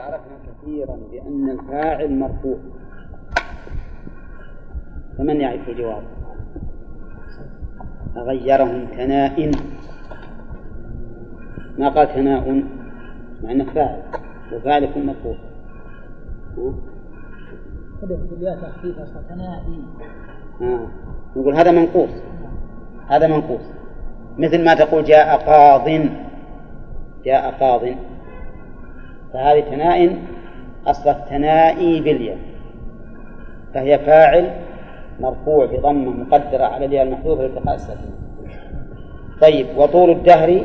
عرفنا كثيرا بأن الفاعل مرفوع، فمن يعرف الجواب؟ غيرهم تناء، ما قال تناء مع أنه فاعل، وفاعل يكون مرفوع. نقول هذا منقوص، هذا منقوص، مثل ما تقول جاء قاض، جاء قاض، فهذه تناء أصل التنائي بالياء، فهي فاعل مرفوع بضمة مقدرة على الياء المحذوفة لالتقاء الساكنين. طيب، وطول الدهر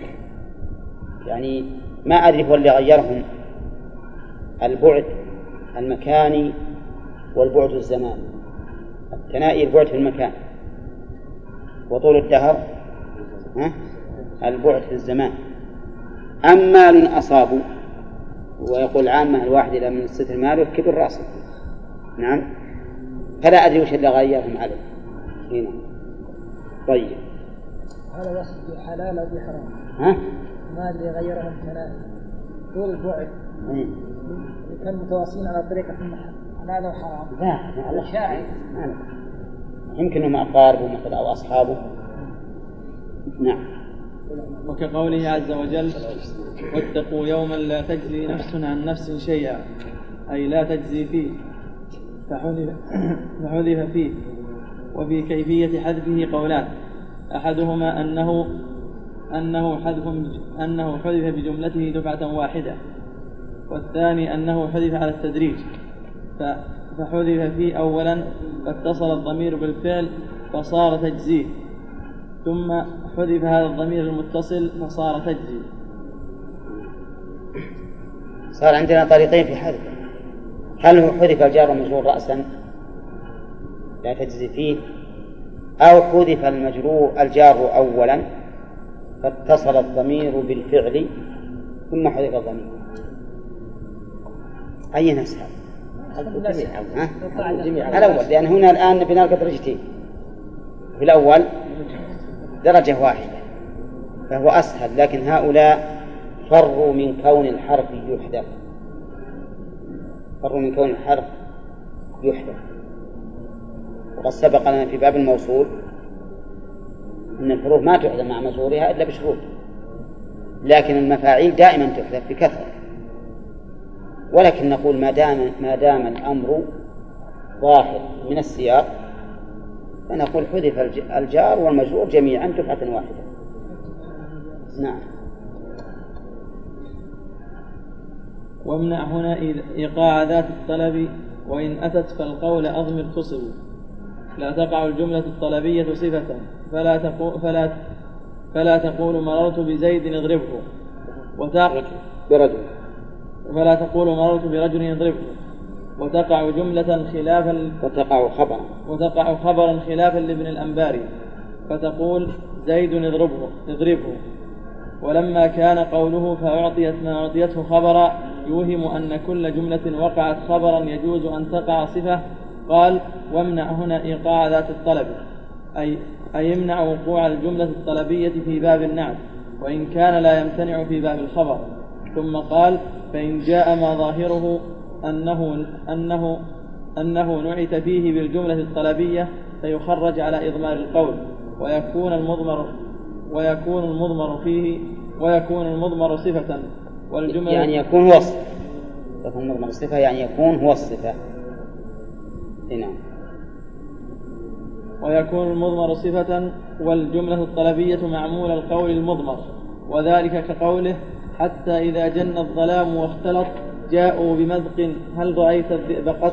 يعني ما أدري هو اللي غيرهم، البعد المكاني والبعد الزماني. التنائي البعد في المكان، وطول الدهر البعد في الزمان. أما مال أصابوا، ويقول عامة الواحد إلى من الستر ماله كبر رأسه، نعم، فلا أدري وش اللي غيرهم عليه هنا. طيب، هذا وصف بحلال أو بحرام؟ ما اللي غيرهم تنائي طول البعد كان متواصلين على طريقة حلال أو حرام؟ لا شاعر، يمكن أنهم أقاربه مثلا أو أصحابه. نعم. وكقوله عز وجل: واتقوا يوما لا تجزي نفس عن نفس شيئا، أي لا تجزي فيه، فحذف فيه. وفي كيفية حذفه قولان: أحدهما أنه حذف بجملته دفعة واحدة، والثاني أنه حذف على التدريج، فحذف فيه أولا فاتصل الضمير بالفعل فصار تجزيه، ثم حذف هذا الضمير المتصل فصار تجزي. صار عندنا طريقين في حذفه: هل هو حذف الجار والمجرور رأسا لا تجزي فيه، أو حذف الجار أولا فاتصل الضمير بالفعل ثم حذف الضمير. أي نسأل؟ الأول، لأن هنا الآن بنلقى درجتين، في الأول درجة واحدة فهو أسهل، لكن هؤلاء فروا من كون الحرف يحذف، فروا من كون الحرف يحذف. وقد سبق لنا في باب الموصول أن الحروف ما تحذف مع مصورها إلا بشروط، لكن المفاعيل دائما تحذف بكثرة. ولكن نقول ما دام الأمر ظاهر من السياق فنقول حذف الجار والمجرور جميعا دفعة واحدة. نعم. وامنع هنا إيقاع ذات الطلب، وإن أتت فالقول أضمر تصب. لا تقع الجملة الطلبية صفة، فلا تقول مررت بزيد اضربه، فلا تقول مررت برجل يضربه، وتقع جملة خلافا، وتقع خبرا خلافا لابن الأنباري، فتقول زيد اضربه. ولما كان قوله فأعطيت ما أعطيته خبرا يوهم أن كل جملة وقعت خبرا يجوز أن تقع صفة، قال: وامنع هنا إيقاع ذات الطلب، أي يمنع وقوع الجملة الطلبية في باب النعت، وإن كان لا يمتنع في باب الخبر. ثم قال: فإن جاء ما ظاهره أنه نعت فيه بالجملة الطلبية فيخرج على إضمار القول، ويكون المضمر صفة، والجملة يعني يكون وصف، يكون مضمر صفة يعني يكون هو الصفة. نعم. ويكون المضمر صفة والجملة الطلبية معمول القول المضمر، وذلك كقوله: حتى إذا جن الظلام واختلط جاءوا بمذق هل رأيت الذئب قط.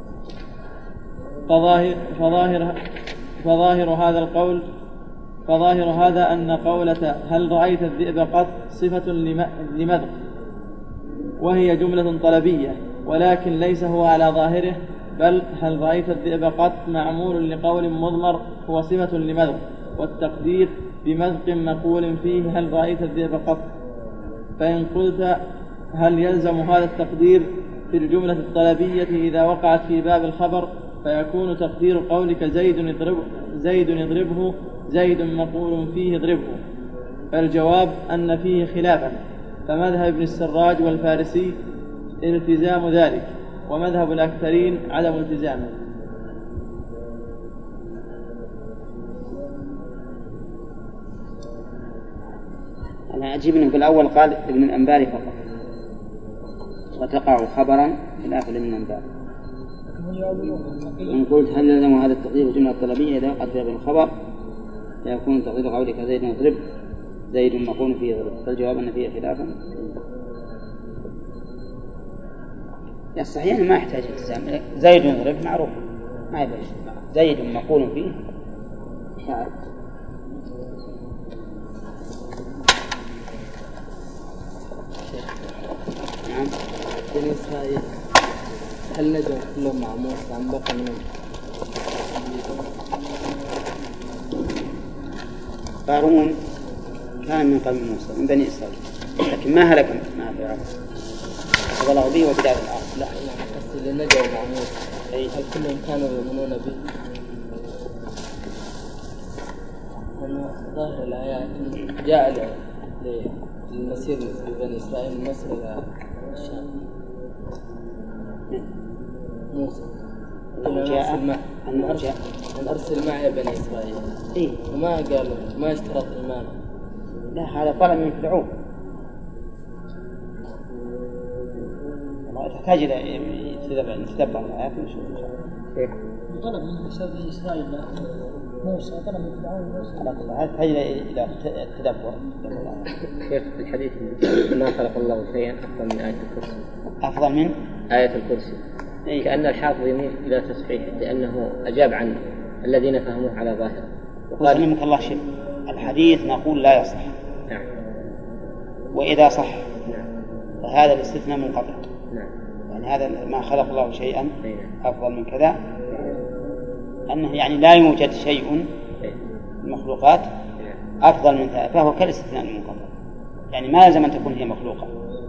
فظاهر هذا أن قولة هل رأيت الذئب قط صفة لمذق، وهي جملة طلبية، ولكن ليس هو على ظاهره، بل هل رأيت الذئب قط معمول لقول مضمر هو صفة لمذق، والتقدير بمذق مقول فيه هل رأيت الذئب قط. فإن قلت هل يلزم هذا التقدير في الجملة الطلبية إذا وقعت في باب الخبر، فيكون تقدير قولك زيد يضربه زيد مقول فيه اضربه. فالجواب أن فيه خلافا، فمذهب ابن السراج والفارسي التزام ذلك، ومذهب الأكثرين عدم التزامه. أنا أجيب أنه في الأول قال ابن الأنباري فقط، وتقع خبرا في الآخر ابن الأنباري. إن قلت هل لزم هذا التقدير جملة طلبية إذا وقعت في الخبر فيكون تقدير قولك زيد يضرب زيد مقول فيه يضرب، فالجواب أن فيه خلافا. الصحيح ما يحتاج التزام، زيد يضرب معروف ما يبقى زيد مقول فيه شاعر. نعم. بني إسرائيل هل نجوا كلهم مع موسى عن بقى منهم؟ قارون كان من قوم موسى من بني إسرائيل، لكن ما هلك مع فرعون، فضله به وبدار الأرض. لا يعني قصدي اللي نجوا مع موسى هل كلهم كانوا يؤمنون به؟ لأنه ظاهر الآيات جاء للمسير في بني إسرائيل من مصر إلى الشام موسى أن أرسل معي بني إسرائيل. إيه؟ وما قالوا ما اشترط إيمانه. لا هذا طلب من فرعون، تحتاج إلى تدبر الآيات ونشوف إن شاء الله. طلب من بني إسرائيل موسى، طلب من فرعون موسى. هذا تحتاج إلى التدبر. شيخ الحديث ما خلق الله شيئا أفضل من آية الكرسي. أفضل من آية الكرسي. كأن الحافظ يميل إلى تصحيح لأنه أجاب عن الذين فهموه على ظاهره. وقال لمك الله شيء الحديث نقول لا يصح. نعم. وإذا صح نعم. فهذا الاستثناء منقطع. نعم. يعني هذا ما خلق الله شيئا نعم. أفضل من كذا، أنه يعني لا يوجد شيء المخلوقات أفضل من ذلك، فهو كالاستثناء المنقطع، يعني ما لازم أن تكون هي مخلوقة.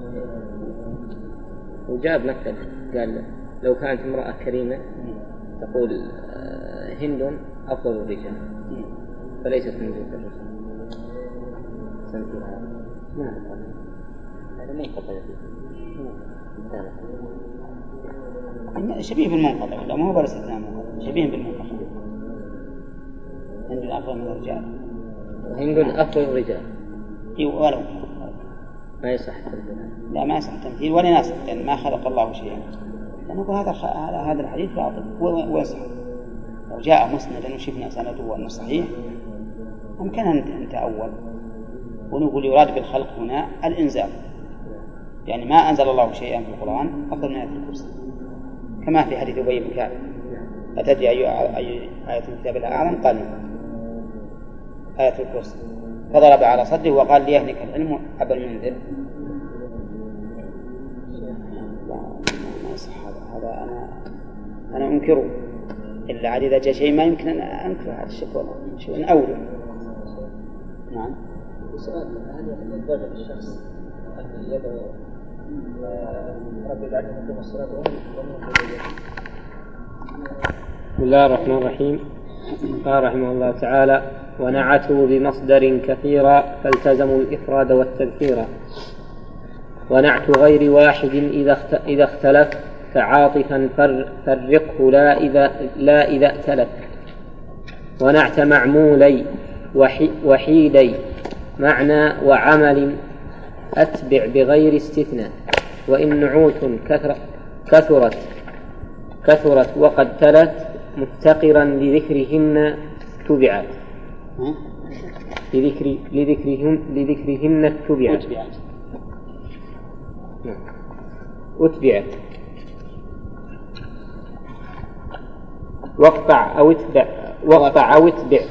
وجاب مثل قال لو كانت امرأة كريمة تقول هند أفضل الرجال فليست من جنس الرجال. سنتها ما هذا منقطع شبيه بالمنقطع، ولا ما هو بالاستثناء شبيه بالمنقطع. هند أفضل من الرجال، هند أفضل الرجال. ولو ما يصح. لا ما يصح التمثيل ولا يناسب، لأن ما خلق الله شيئا. نقول هذا الحديث باطل ويصح. لو جاء مسندا وشفنا سنده وأنه صحيح يمكن أن نتأول ونقول يراد بالخلق هنا الإنزال، يعني ما أنزل الله شيئا في القرآن أفضل من آية الكرسي، كما في حديث أبي بن كعب أتدري أي آية الكتاب الأعظم؟ قال آية الكرسي، فضرب على صدره وقال ليهلك العلم أبا المنذر. ما يصح هذا أنا أنكره، إلا عاد إذا جاء شيء ما يمكن أن أنكر هذا الشيء شيء أولى. نعم. سؤال: هل ينبغي للشخص أن يدعو رب اجعلني مقيم الصلاة بسم الله الرحمن الرحيم. قال رحمه الله تعالى: ونعته بمصدر كثيرا فالتزموا الإفراد والتذكير، ونعت غير واحد إذا اختلف فعاطفا فرقه لا إذا ائتلف، ونعت معمولي وحيدي معنى وعمل أتبع بغير استثناء، وإن نعوت كثرت وقد تلت مفتقرا لذكرهن تبعت لذكرهن اتبعت واقطع أو اتبع واقطع أو اتبع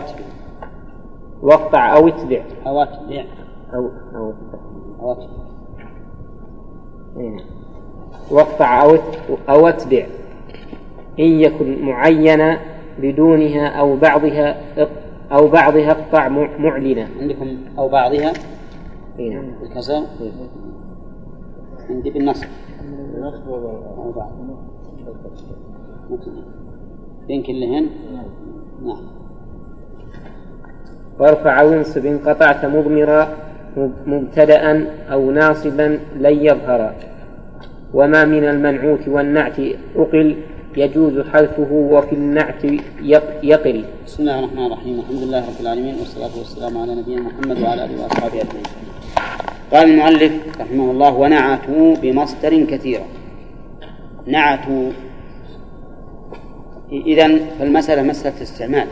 إن يكن معينا بدونها أو بعضها اقطع معلنا. عندكم أو بعضها الكسر عندي بالنصب أو بعض بين كلهن. نعم. وارفع وانصب إن قطعت مضمرا مبتدأ أو ناصبا لن يظهر، وما من المنعوت والنعت أقل يجوز حذفه وفي النعت يقل. بسم الله الرحمن الرحيم. الحمد لله رب العالمين والصلاة والسلام على نبينا محمد وعلى آله وأصحابه أجمعين. قال المؤلف رحمه الله: ونعتوا بمصدر كثيرا. نعتوا إذن فالمسألة مسألة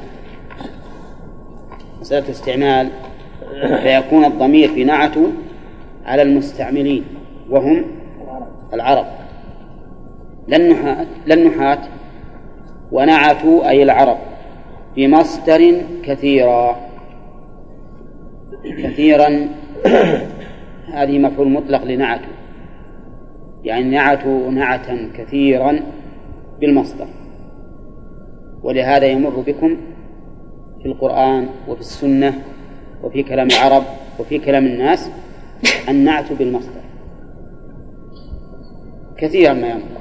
استعمال فيكون الضمير في نعتوا على المستعملين وهم العرب للنحاة. ونعتوا أي العرب بمصدر كثيرا. هذه مفعول مطلق لنعتوا، يعني نعتوا نعتا كثيرا بالمصدر. ولهذا يمر بكم في القرآن وفي السنة وفي كلام العرب وفي كلام الناس النعت بالمصدر كثيرا ما يمر.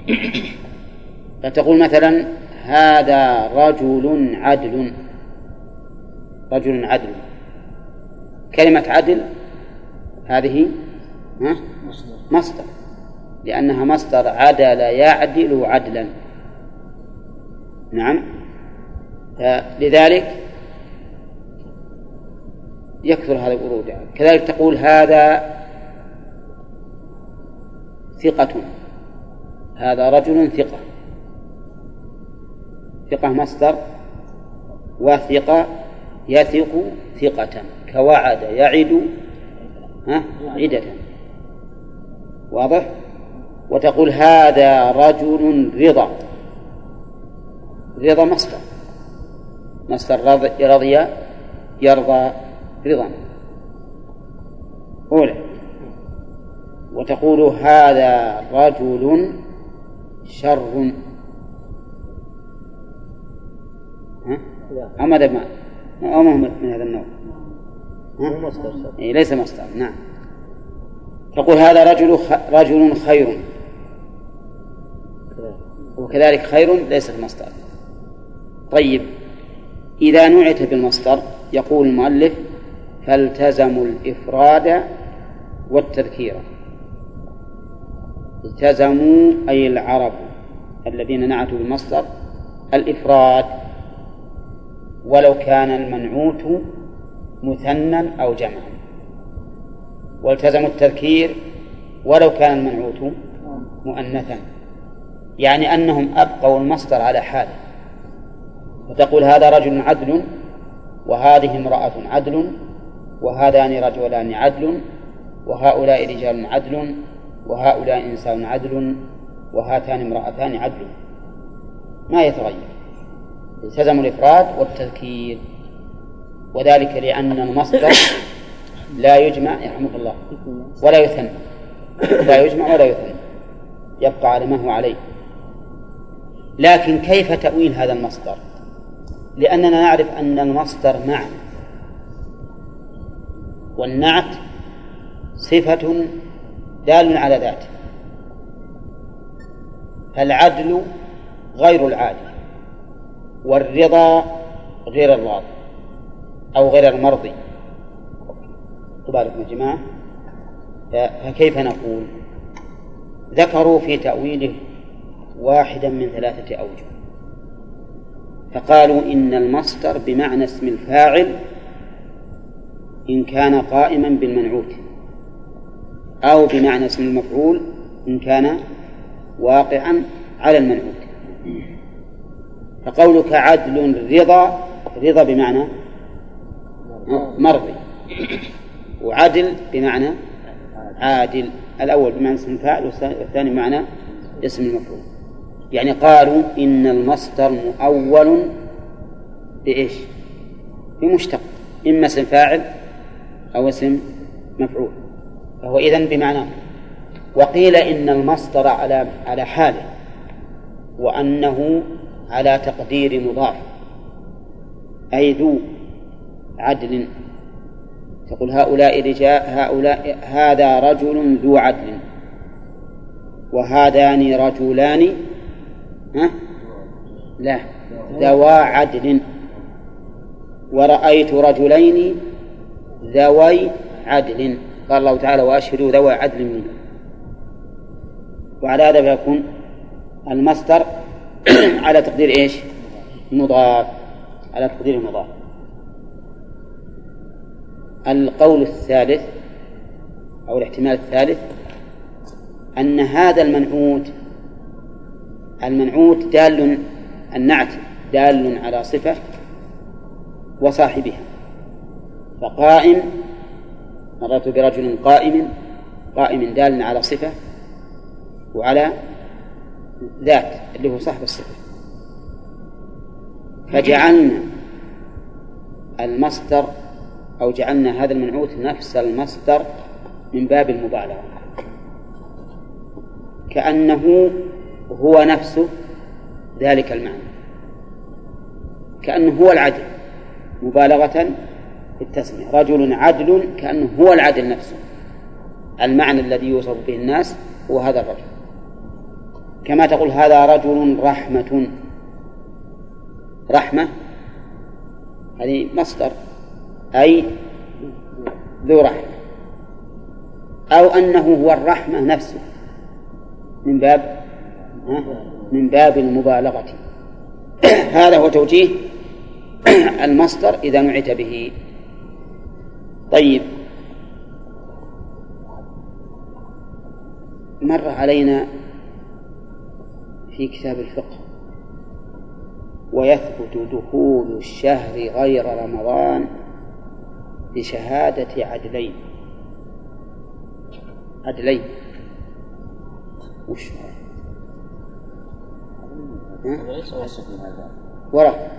فتقول مثلا: هذا رجل عدل. رجل عدل، كلمة عدل هذه مصدر، لأنها مصدر عدل يعدل عدلا. نعم، لذلك يكثر هذا الورود. كذلك تقول: هذا ثقة. هذا رجل ثقة. ثقة مصدر، وثقة يثق ثقة، كوعد يعد عدة. واضح؟ وتقول: هذا رجل رضا. رضا مصدر رضي يرضى رضا أولى. وتقول: هذا رجل شر. أمد ما من هذا النوع ليس مصدر. نعم. تقول: هذا رجل خير، وكذلك خير ليس مصدر. طيب، إذا نعت بالمصدر يقول المؤلف: فالتزموا الإفراد والتذكير. التزموا أي العرب الذين نعتوا بالمصدر الإفراد، ولو كان المنعوت مثنى أو جمعا، والتزموا التذكير ولو كان المنعوت مؤنثا، يعني أنهم أبقوا المصدر على حاله. فتقول: هذا رجل عدل، وهذه امرأة عدل، وهذان رجلان عدل، وهؤلاء رجال عدل، وهؤلاء إنسان عدل، وهاتان امرأتان عدل، ما يتغير. التزموا الإفراد والتذكير، وذلك لأن المصدر لا يجمع يرحمك الله ولا يثنى، لا يجمع ولا يثنى، يبقى على ما هو عليه. لكن كيف تأويل هذا المصدر؟ لأننا نعرف أن المصدر معنى، والنعت صفة دال على ذاته. فالعدل غير العادل، والرضا غير الراضي أو غير المرضي. تبارك يا جماعة. فكيف نقول؟ ذكروا في تأويله واحدا من 3 أوجه. فقالوا: إن المصدر بمعنى اسم الفاعل إن كان قائما بالمنعوت، أو بمعنى اسم المفعول إن كان واقعا على المنعوت. فقولك عدل رضا بمعنى مرضي، وعدل بمعنى عادل. الأول بمعنى اسم الفاعل والثاني بمعنى اسم المفعول. يعني قالوا إن المصدر مؤول بإيش؟ بمشتق، إما اسم فاعل أو اسم مفعول، فهو إذن بمعنى. وقيل إن المصدر على حاله، وأنه على تقدير مضاف، أي ذو عدل. تقول: هذا رجل ذو عدل، وهذان رجلان ذوا عدل، ورأيت رجلين ذوي عدل. قال الله تعالى: وأشهدوا ذوي عدل منكم. وعلى هذا فيكون المصدر على تقدير إيش؟ مضاف، على تقدير مضاف. القول الثالث أو الاحتمال الثالث أن هذا المنعوت دال، النعت دال على صفة وصاحبها، فقائم مررت برجل قائم دال على صفة وعلى ذات اللي هو صاحب الصفة، فجعلنا المصدر أو جعلنا هذا المنعوت نفس المصدر من باب المبالغة، كأنه هو نفسه ذلك المعنى، كأنه هو العدل مبالغة في التسمية. رجل عدل كأنه هو العدل نفسه، المعنى الذي يوصف به الناس هو هذا الرجل، كما تقول هذا رجل رحمة هذه مصدر أي ذو رحمة، أو أنه هو الرحمة نفسه من باب المبالغة. هذا هو توجيه المصدر إذا نعت به. طيب، مر علينا في كتاب الفقه ويثبت دخول الشهر غير رمضان بشهادة عدلين. وش وراء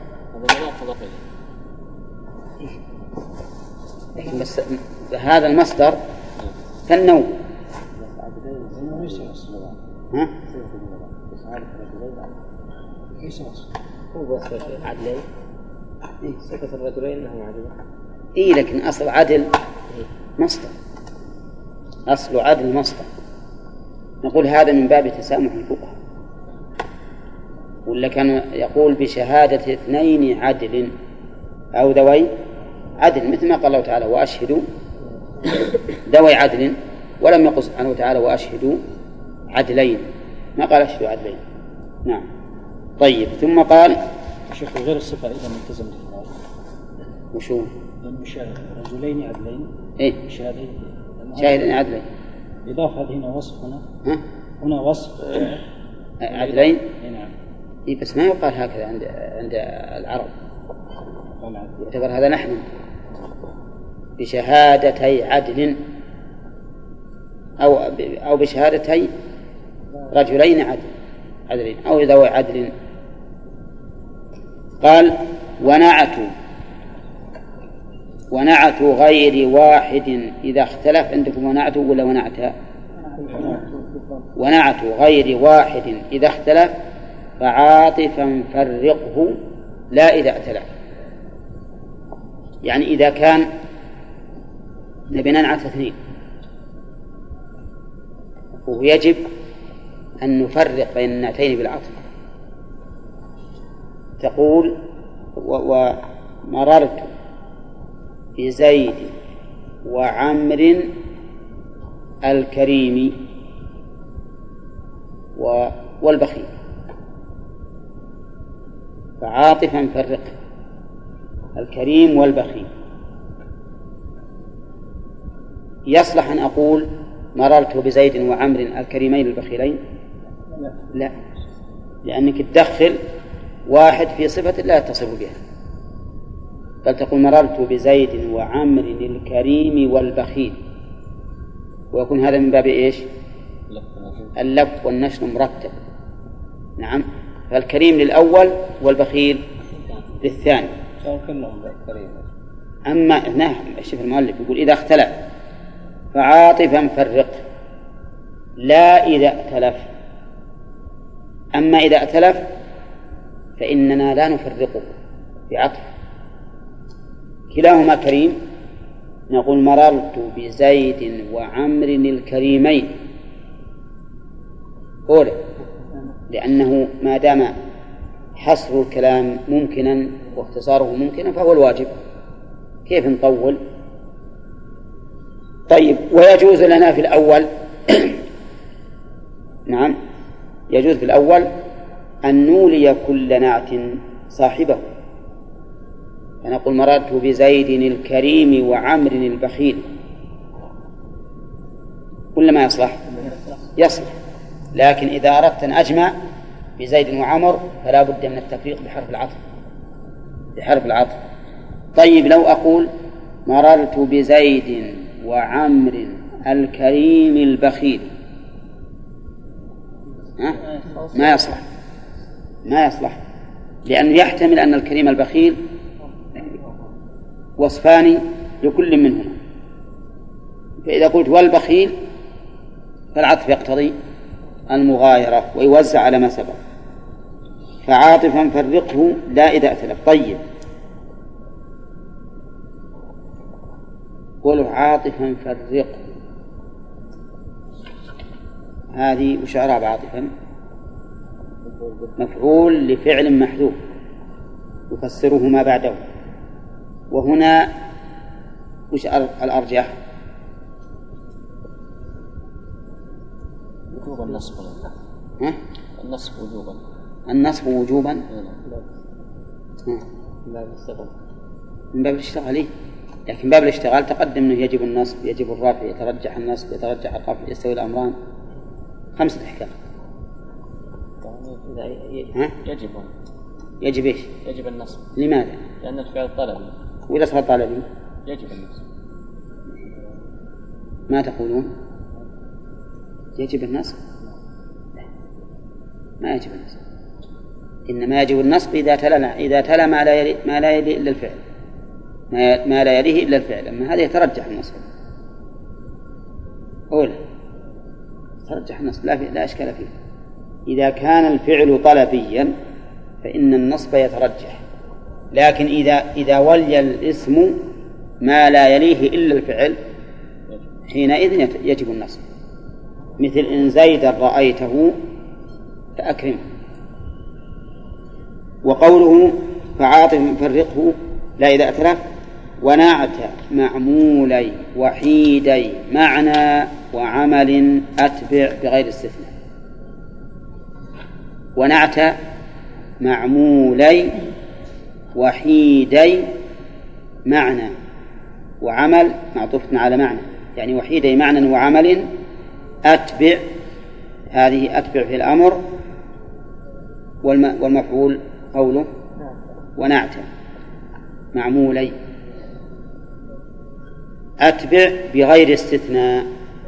بس هذا المصدر كالنوم. ها؟ هو عدلين، صفة الرجلين أنهم إيه، عدلين. لكن أصل عدل مصدر، أصل عدل مصدر. نقول هذا من باب تسامح الفقهاء، ولا كان يقول بشهادة 2 عدل أو ذوي عدل، مثل ما قال الله تعالى وأشهدوا ذوي عدل، ولم يقل سبحانه وتعالى وأشهدوا عدلين، ما قال أشهدوا عدلين. نعم. طيب، ثم قال شيخ غير الصفة إذا ملتزم بالله وشو؟ رجلين عدلين. إيه، شاهدين عدلين. إضافة هنا وصف هنا وصف عدلين. نعم. إيه، بس ما يقال هكذا عند العرب، يعتبر هذا نحن بشهادتي عدل أو بشهادتي رجلين عدلين أو ذوي عدل. قال ونعت غير واحد إذا اختلف. عندكم ونعت ولا ونعت؟ ونعت غير واحد إذا اختلف فعاطفا فرقه لا إذا ائتلف. يعني إذا كان نبي ننعت 2 ويجب أن نفرق بين النعتين بالعطف، تقول ومررت بزيد وعمر الكريم والبخيل، فعاطفا فرق الكريم والبخيل. يصلح أن أقول مررت بزيد وعمر الكريمين البخيلين؟ لا، لأنك تدخل واحد في صفة لا يتصف بها، بل تقول مررت بزيد وعمر الكريم والبخيل، ويكون هذا من باب إيش؟ اللف والنشر مرتب. نعم، فالكريم للأول والبخيل للثاني. أما نعم، شوف المؤلف يقول إذا اختلف فعاطفا فرق لا إذا ائتلف. أما إذا ائتلف فإننا لا نفرقه بعطف، كلاهما كريم، نقول مررت بزيد وعمر الكريمين أولى، لأنه ما دام حصر الكلام ممكنا واختصاره ممكنا فهو الواجب، كيف نطول؟ طيب، ويجوز لنا في الأول نعم يجوز في الأول أن نولي كل نعت صاحبه، فنقول مررت بزيد الكريم وعمر البخيل، ولا ما يصلح؟ يصلح. لكن إذا أردت أن أجمع بزيد وعمر فلا بد من التفريق بحرف العطف. طيب لو أقول مررت بزيد وعمر الكريم البخيل، ما يصلح لأنه يحتمل أن الكريم البخيل وصفان لكل منهما، فإذا قلت والبخيل فالعطف يقتضي المغايرة ويوزع على ما سبق، فعاطفا فرقه لا إذا أتلف. طيب قوله عاطفا فرقه، هذه وش إعراب عاطفا؟ مفعول لفعل محذوف يفسره ما بعده، وهنا وش الأرجح؟ وجوب النصب. النصب وجوبا من باب الاشتغال، لكن باب الاشتغال تقدم أنه يجب النصب، يجب الرفع، يترجح النصب، يترجح الرفع، يستوي الأمران، 5 أحكام. يجب إيش؟ يجب النصب. لماذا؟ لأن الفعل طلبي، وإذا صار طلبي يجب النصب. ما تقولون؟ يجب النصب؟ ما يجب النصب، إنما يجب النصب إذا تلا ما لا يلي إلا الفعل، ما لا يليه إلا الفعل، أما هذا يترجح النصب. أولا ترجح النصب لا إشكال فيه. إذا كان الفعل طلبيا فإن النصب يترجح، لكن إذا ولي الاسم ما لا يليه إلا الفعل حينئذ يجب النصب، مثل إن زيدا رأيته فأكرمه. وقوله فعاطف فرقه لا إذا أتلف، ونعت معمولي وحيدي معنى وعمل أتبع بغير استثناء. ونعت معمولي وحيدي معنى وعمل معطوف على معنى، يعني وحيدي معنى وعمل أتبع، هذه أتبع في الأمر، والمفعول قوله ونعت معمولي أتبع بغير استثناء،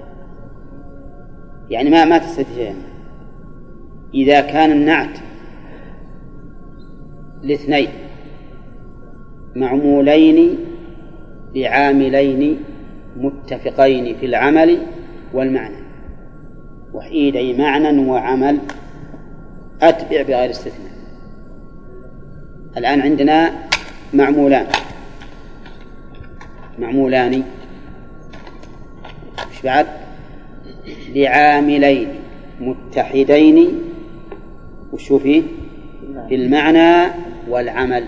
يعني ما تستثنى. إذا كان النعت لاثنين معمولين لعاملين متفقين في العمل والمعنى، وحيدي معنى وعمل أتبع بغير استثناء. الآن عندنا معمولان وش بعد؟ لعاملين متحدين وشو فيه؟ في المعنى والعمل،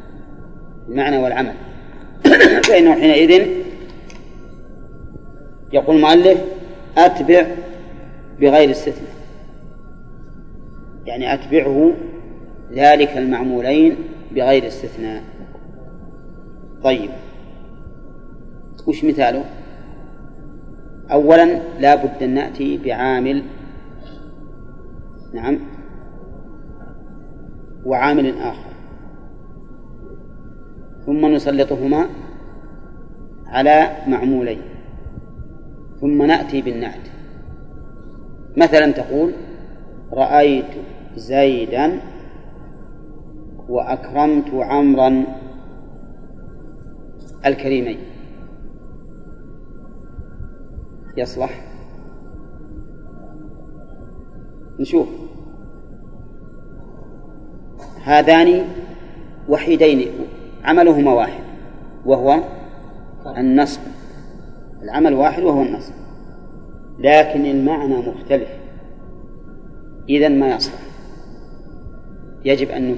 فإنه حينئذ يقول المؤلف أتبع بغير استثناء، يعني أتبعه ذلك المعمولين بغير استثناء. طيب وش مثاله؟ أولا لا بد أن نأتي بعامل وعامل آخر، ثم نسلطهما على معمولين، ثم نأتي بالنعت. مثلا تقول رأيت زيدا وأكرمت عمرا الكريمين، يصلح؟ نشوف. هذان وحيدين عملهما واحد وهو النصب، العمل واحد وهو النصب، لكن المعنى مختلف، إذن ما يصلح، يجب أن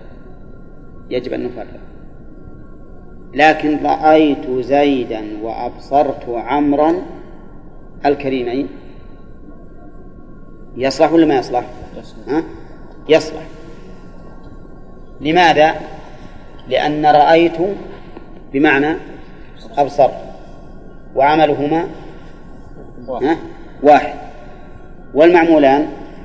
نفرق. لكن رأيت زيدا وأبصرت عمرا الكريمين يصلح ولا ما يصلح؟ يصلح. لماذا؟ لأن رأيت بمعنى أبصر، وعملهما واحد، والمعمولان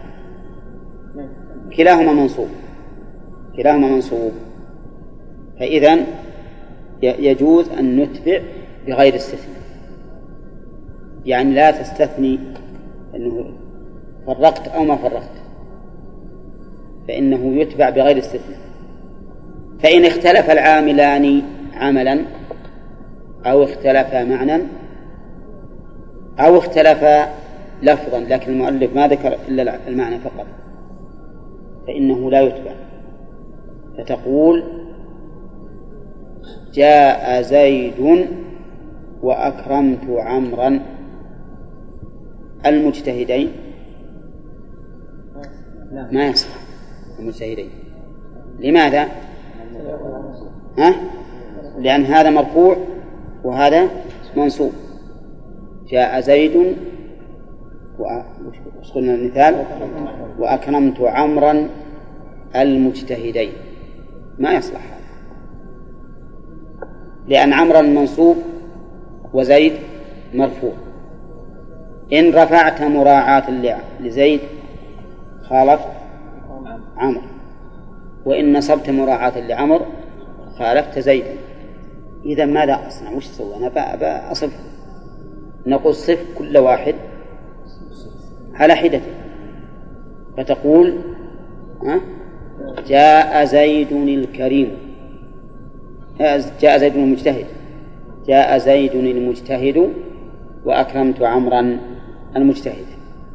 كلاهما منصوب، فإذن يجوز أن نتبع بغير استثناء، يعني لا تستثني أنه فرقت أو ما فرقت، فإنه يتبع بغير استثناء. فإن اختلف العاملان عملا أو اختلفا معنى أو اختلفا لفظا، لكن المؤلف ما ذكر إلا المعنى فقط، فإنه لا يتبع. فتقول جاء زيد وأكرمت عمرا المجتهدين، ما يصح المجتهدين. لماذا؟ لأن هذا مرفوع وهذا منصوب. جاء زيد قلنا المثال وأكرمت عمرا المجتهدين، ما يصلح هذا، لأن عمرا منصوب وزيد مرفوع. إن رفعت مراعاة لزيد خالفت عمرو، وإن نصبت مراعاة لعمر خالفت زيدا. إذا ماذا أصنع؟ وش أسوي؟ أنا أصف، نقول صف كل واحد على حدته، فتقول جاء زيد الكريم، جاء زيد المجتهد، جاء زيد المجتهد وأكرمت عمرا المجتهد.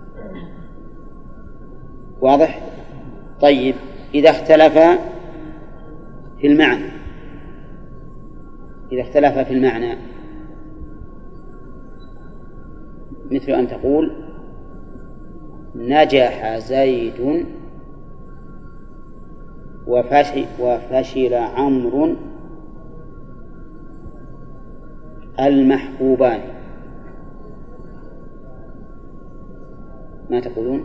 واضح؟ طيب، إذا اختلف في المعنى مثل أن تقول نجح زيد وفشل عمرو المحبوبان، ما تقولون؟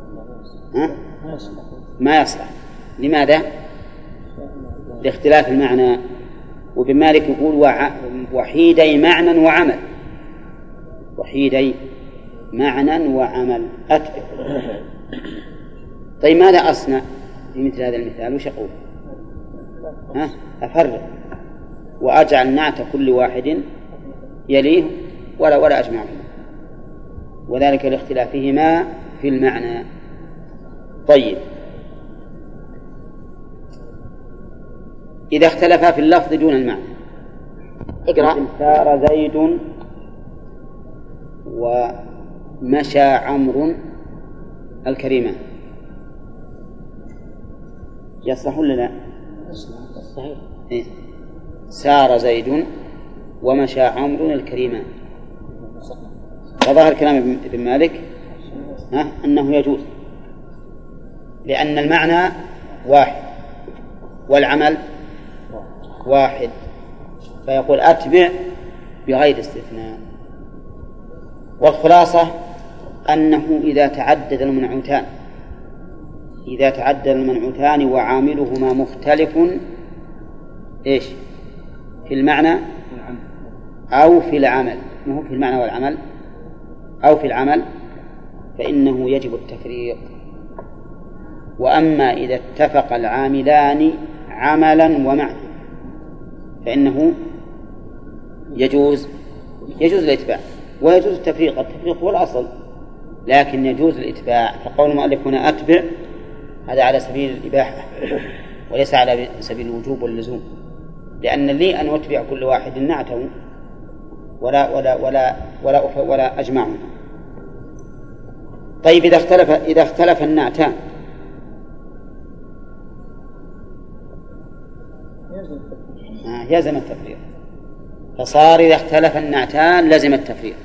ما يصلح. لماذا؟ لاختلاف المعنى. وابن مالك يقول وحيدي معنى وعمل، وحيدي معنى وعمل أتبع. طيب ماذا أصنع في مثل هذا المثال؟ وش أقول؟ أفرق وأجعل نعت كل واحد يليه ولا أجمعهما، وذلك لاختلافهما في المعنى. طيب، إذا اختلفا في اللفظ دون المعنى، اقرأ سار زيد ومشى عمرو الكريمان، يصلح ولا لا؟ صحيح. سار زيد ومشى عمرو الكريمان. وظاهر كلام ابن مالك أنه يجوز، لأن المعنى واحد والعمل واحد، فيقول أتبع بغير استثناء. والخلاصة أنه إذا تعدد المنعوتان وعاملهما مختلف في المعنى أو في العمل، ما هو في المعنى والعمل أو في العمل، فإنه يجب التفريق. وأما إذا اتفق العاملان عملا ومعنى فإنه يجوز الإتباع ويجوز التفريق. التفريق هو الأصل، لكن يجوز الإتباع. فقول المؤلف هنا أتبع هذا على سبيل الإباحة وليس على سبيل الوجوب واللزوم، لأن لي أن أتبع كل واحد نعته ولا أجمعه. طيب، إذا اختلف النعتان يلزم التفريق. فصار إذا اختلف النعتان لزم التفريق.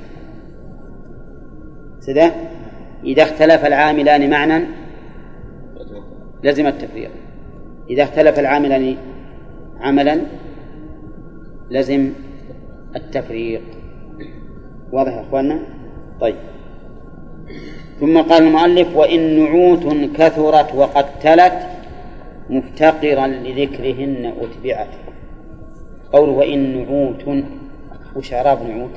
سده إذا اختلف العاملان معنى لزم التفريق، إذا اختلف العاملان عملا لزم التفريق. واضح يا أخواننا؟ طيب، ثم قال المؤلف: وإن نعوت كثرت وقد تلت مفتقرا لذكرهن أتبعت. قوله وإن نعوت، وش إعراب نعوت؟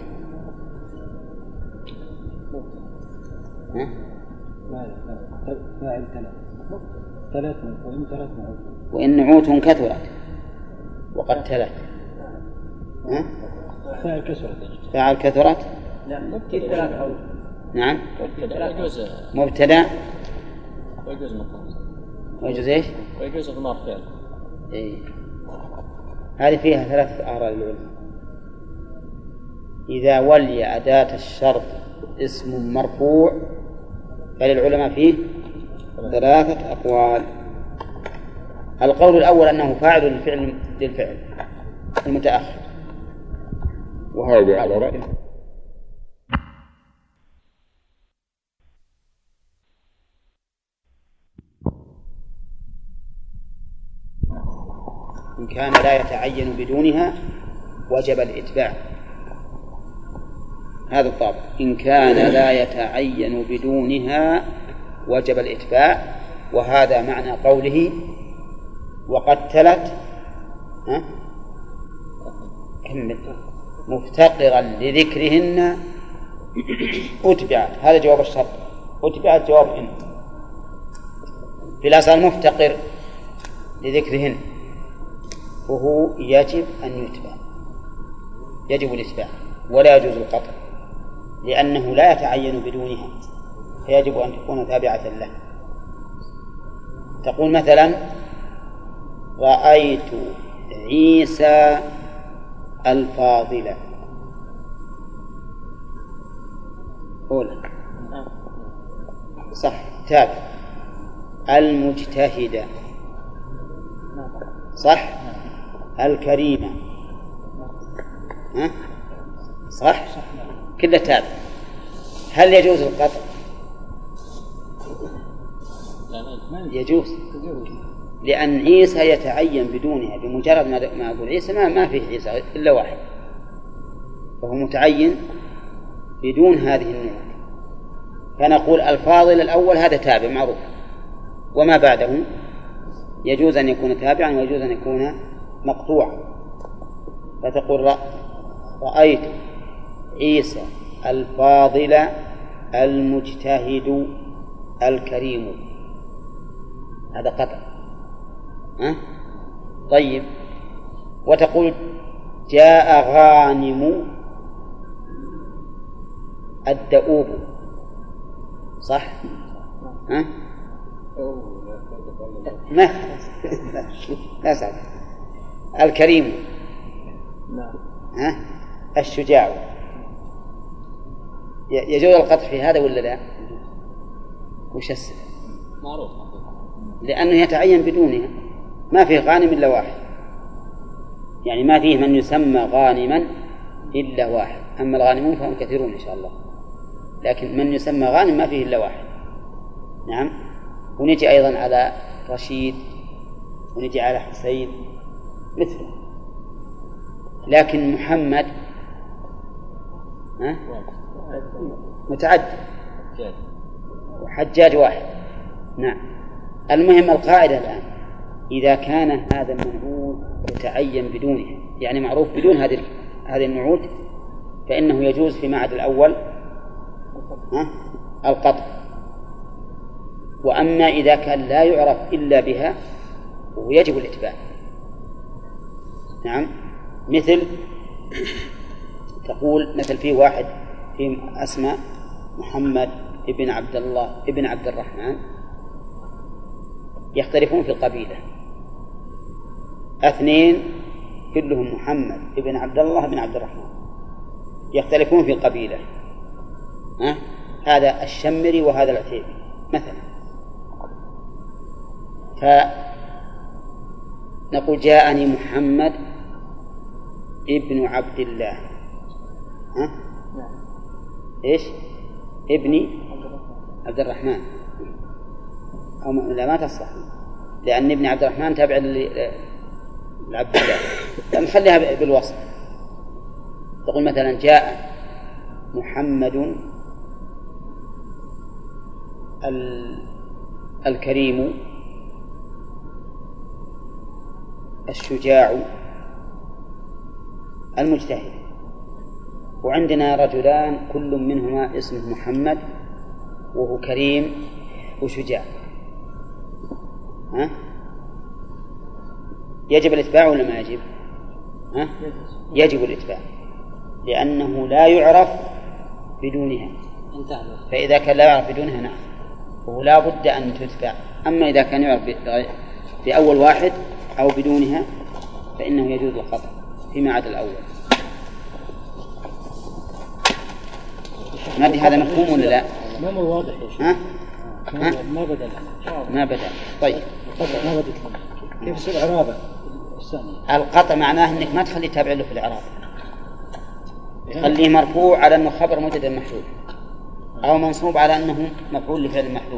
وإن نعوت كثرت وقد تلت فاعل كثرت. نعم مبتدأ ويجوز ايش؟ ويجوز إضمار فعل. إيه. هذه فيها 3 آراء للعلماء. إذا ولي أداة الشرط اسم مرفوع فللعلماء فيه 3 أقوال. القول الأول أنه فاعل للفعل المتأخر، وهذا على رأيه. إن كان لا يتعين بدونها وجب الإتباع. هذا الطابع: إن كان لا يتعين بدونها وجب الإتباع. وهذا معنى قوله وقد تلت مفتقرا لذكرهن أتبعت. هذا جواب الشرط. أتبعت جواب إن. في الأصل مفتقر لذكرهن، وهو يجب أن يتبع، يجب الإتباع ولا يجوز القطع، لأنه لا يتعين بدونها فيجب أن تكون تابعة له. تقول مثلا: رأيت عيسى الفاضل. أولا صح، تابع. المجتهد صح. الكريمة صح، كله تابع. هل يجوز القطع؟ يجوز، لأن عيسى يتعين بدونها. بمجرد ما أقول عيسى ما فيه عيسى إلا واحد، فهو متعين بدون هذه النعوت. فنقول الفاضل الأول هذا تابع معروف، وما بعده يجوز أن يكون تابعا ويجوز أن يكون مقطوعا. فتقول رأيت عيسى الفاضل المجتهد الكريم، هذا قطع. طيب. وتقول جاء غانم الدؤوب، صح؟ لا سعد. الكريم الشجاع. يجوز القطع في هذا ولا لا؟ وش السبب؟ معروف، لأنه يتعين بدونها. ما فيه غانم إلا واحد، يعني ما فيه من يسمى غانما إلا واحد. أما الغانمون فهم كثيرون إن شاء الله، لكن من يسمى غانم ما فيه إلا واحد. نعم. ونجي أيضا على رشيد، ونجي على حسين مثله. لكن محمد متعدد، وحجاج واحد. نعم. المهم القاعدة الآن: إذا كان هذا المنعوت يتعين بدونه، يعني معروف بدون هذه النعوت، فإنه يجوز في معد الأول القطع. وأما إذا كان لا يعرف إلا بها ويجب الإتباع. نعم. مثل تقول مثل فيه واحد في أسماء محمد ابن عبد الله ابن عبد الرحمن، يختلفون في القبيلة. 2 كلهم محمد ابن عبد الله ابن عبد الرحمن، يختلفون في القبيلة. هذا الشمري وهذا العتيبي مثلا. فنقول جاءني محمد ابن عبد الله. إيش؟ ابني عبد الرحمن. أو لا، ما تصح، لأن ابن عبد الرحمن تابع لعبد الله. نخليها بالوصف. تقول مثلا جاء محمد الكريم، الشجاع، المجتهد. وعندنا رجلان كل منهما اسمه محمد وهو كريم وشجاع، يجب الإتباع ولا ما يجب؟ يجب الإتباع، لأنه لا يعرف بدونها، فإذا كان لا يعرف بدونها نعم وهو لا بد أن تتبع. أما إذا كان يعرف بأول واحد أو بدونها فإنه يجوز القطع فيما عدا الأول. ما هذا مفهوم ولا لا؟ ما هو واضح يا شيخ. ما بدأ. طيب ما بدأ كيف يصير إعرابه الثانية؟ القطع معناه أنك ما تخلي تابع له في الإعراب، خليه مرفوع على أنه خبر مبتدأ محذوف أو منصوب على أنه مفعول لفعل محذوف.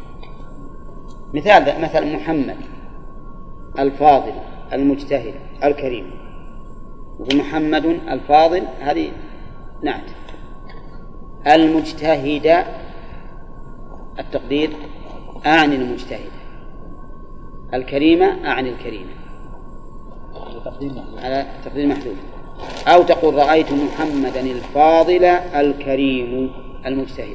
مثل محمد الفاضل المجتهد الكريم، ومحمد الفاضل هذه نعت. المجتهد التقدير أعني المجتهد، الكريمة أعني الكريمة على تقدير محذوف. أو تقول رأيت محمدا الفاضل الكريم المجتهد،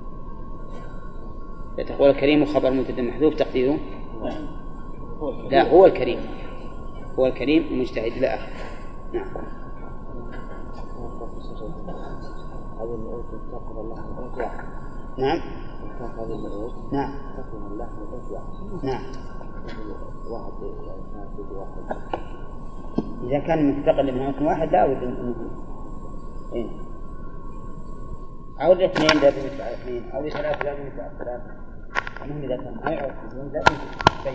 تقول الكريم خبر مبتدأ محذوف تقديره لا هو الكريم، هو الكريم المجتهد لا آخر. نعم. نعم نعم نعم. إذا كان مفتقر لمن واحد لا بد أنه إيه أو الاثنين لا بد على اثنين أو ثلاثة لا بد على ثلاثة. المهم إذا كان ما يعرف لا بد شيء.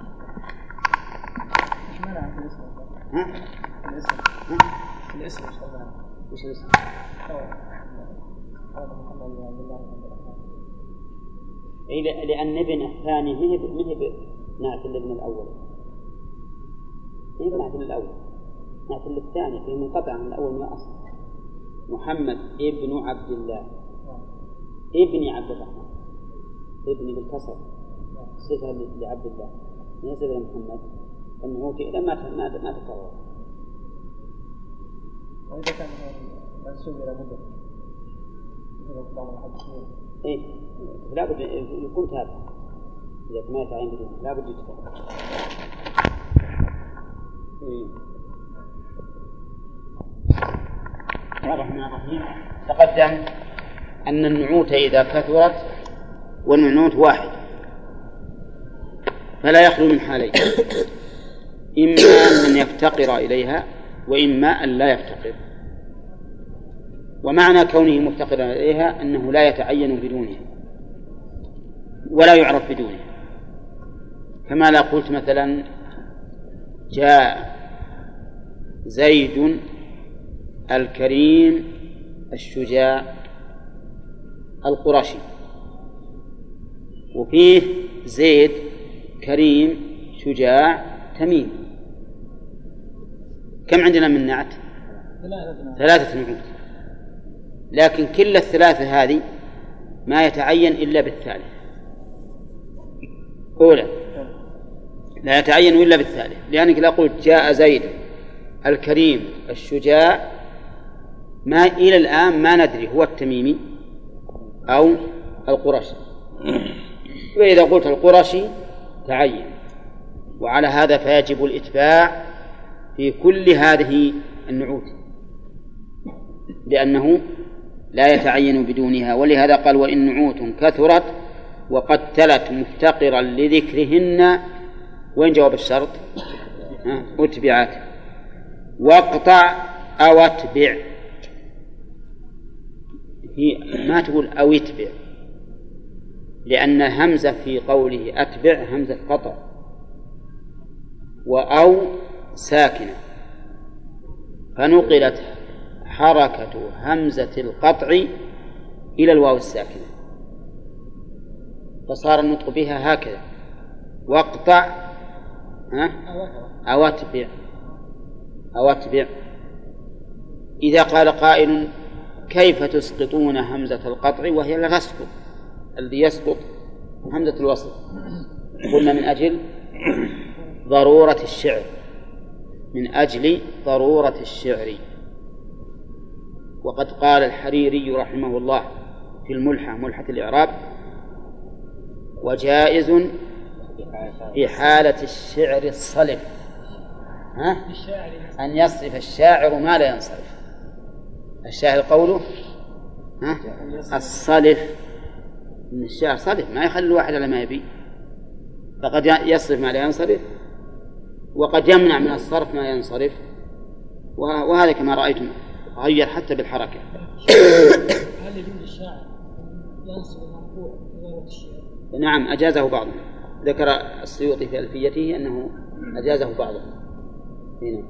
إيش معنى عن الاسم؟ الاسم الاسم إيش الاسم؟ إيه لأن ابن الثاني من نعت الابن الأول، إيه نعت الأول نعت الثاني في منقطع عن الأول من الأصل. محمد ابن عبد الله ابن عبد الرحمن، ابن بالكسر صفة لعبد الله ليس لمحمد، أنه إذا ما تكرر. وإذا كان منسوب إلى مدة إيه لا بد يكون تابع، إذا ما يتعين بدون لا بد يتابع. الرحمن الرحيم. تقدم أن النعوت إذا كثرت والنعوت واحد فلا يخلو من حالين، إما أن يفتقر إليها وإما أن لا يفتقر. ومعنى كونه مفتقرا إليها أنه لا يتعين بدونها ولا يعرف بدونها، كما لا قلت مثلا جاء زيد الكريم الشجاع القرشي، وفيه زيد كريم شجاع تميم. كم عندنا من نعت؟ 3 نعوت، لكن كل الثلاثة هذه ما يتعين إلا بالثالث. أولا لا يتعين إلا بالثالث، لأنك لا قلت جاء زيد الكريم الشجاع ما إلى الآن ما ندري هو التميمي أو القرشي، وإذا قلت القرشي تعين. وعلى هذا فيجب الإتباع في كل هذه النعوت لأنه لا يتعين بدونها. ولهذا قال وإن نعوت كثرت وقد تلت مفتقرا لذكرهن، وين جواب الشرط؟ أتبعت. واقطع أو أتبع، هي ما تقول أو يتبع، لأن همزة في قوله أتبع همزة قطع، وأو ساكنة فنقلت حركة همزة القطع إلى الواو الساكنة فصار النطق بها هكذا واقطع أو أتبع أو أتبع. إذا قال قائل كيف تسقطون همزة القطع وهي لا تسقط؟ الذي يسقط همزة الوصل قلنا من أجل ضرورة الشعر، من أجل ضرورة الشعر. وقد قال الحريري رحمه الله في الملحة، ملحة الإعراب: وجائز في حالة الشعر الصلف أن يصرف الشاعر ما لا ينصرف. الشاعر قوله الصلف، إن الشاعر صلف ما يخلي الواحد على ما يبي، فقد يصرف ما لا ينصرف وقد يمنع من الصرف ما ينصرف، وهذا كما رأيتم غير حتى بالحركة. هل يجوز الشاعر ينصب المرفوع بضرورة الشعر؟ نعم أجازه بعضهم، ذكر السيوطي في ألفيته أنه أجازه بعضهم. هنا